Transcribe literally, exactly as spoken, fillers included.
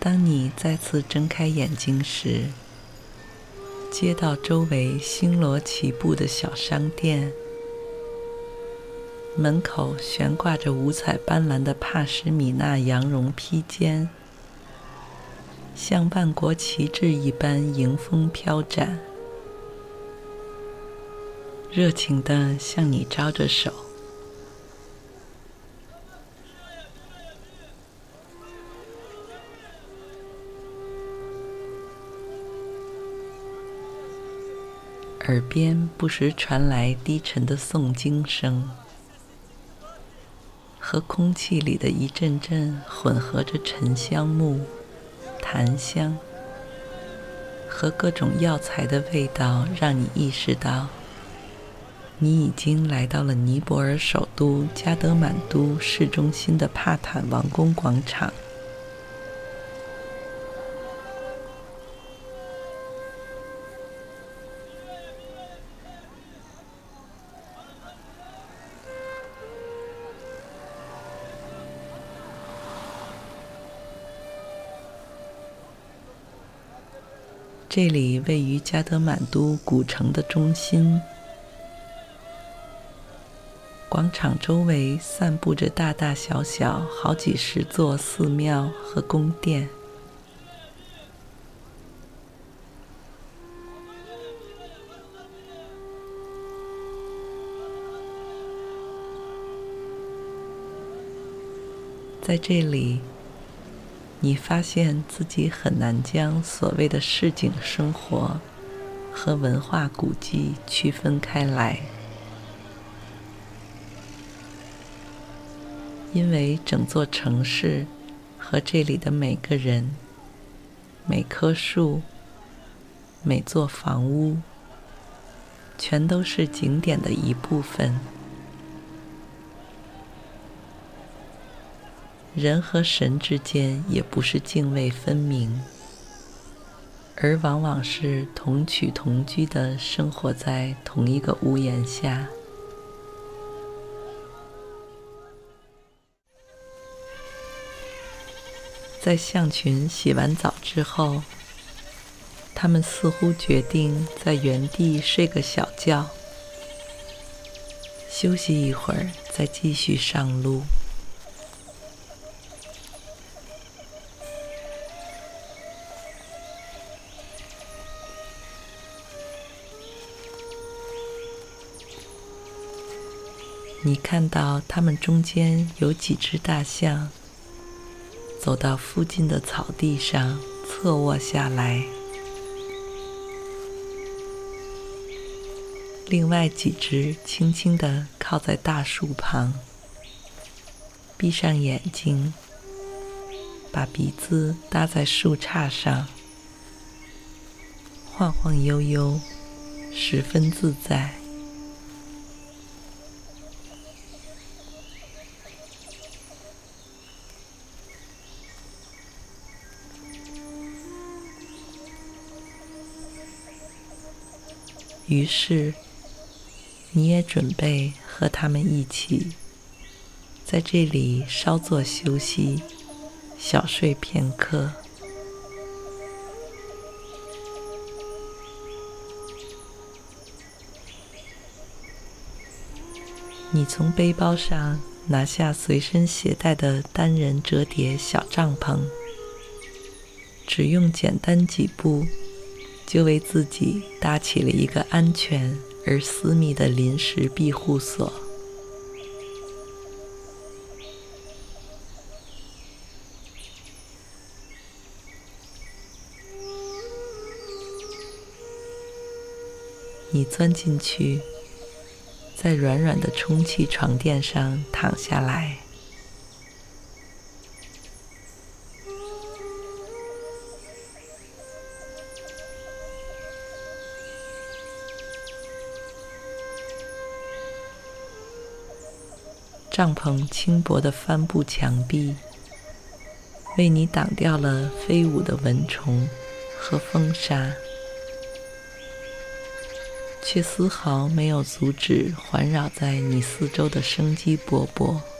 当你再次睁开眼睛时，街道周围星罗棋布的小商店，门口悬挂着五彩斑斓的帕什米纳羊绒披肩，像万国旗帜一般迎风飘展，热情地向你招着手。耳边不时传来低沉的诵经声，和空气里的一阵阵混合着沉香木、檀香和各种药材的味道，让你意识到你已经来到了尼泊尔首都加德满都市中心的帕坦王宫广场。这里位于加德满都古城的中心，广场周围散布着大大小小好几十座寺庙和宫殿。在这里，你发现自己很难将所谓的市井生活和文化古迹区分开来，因为整座城市和这里的每个人、每棵树、每座房屋，全都是景点的一部分。人和神之间也不是泾渭分明，而往往是同取同居地生活在同一个屋檐下。在象群洗完澡之后，他们似乎决定在原地睡个小觉，休息一会儿再继续上路。你看到它们中间有几只大象，走到附近的草地上侧卧下来，另外几只轻轻地靠在大树旁，闭上眼睛，把鼻子搭在树杈上，晃晃悠悠，十分自在。于是，你也准备和他们一起，在这里稍作休息，小睡片刻。你从背包上拿下随身携带的单人折叠小帐篷，只用简单几步，就为自己搭起了一个安全而私密的临时庇护所。你钻进去，在软软的充气床垫上躺下来。帐篷轻薄的帆布墙壁，为你挡掉了飞舞的蚊虫和风沙，却丝毫没有阻止环绕在你四周的生机勃勃。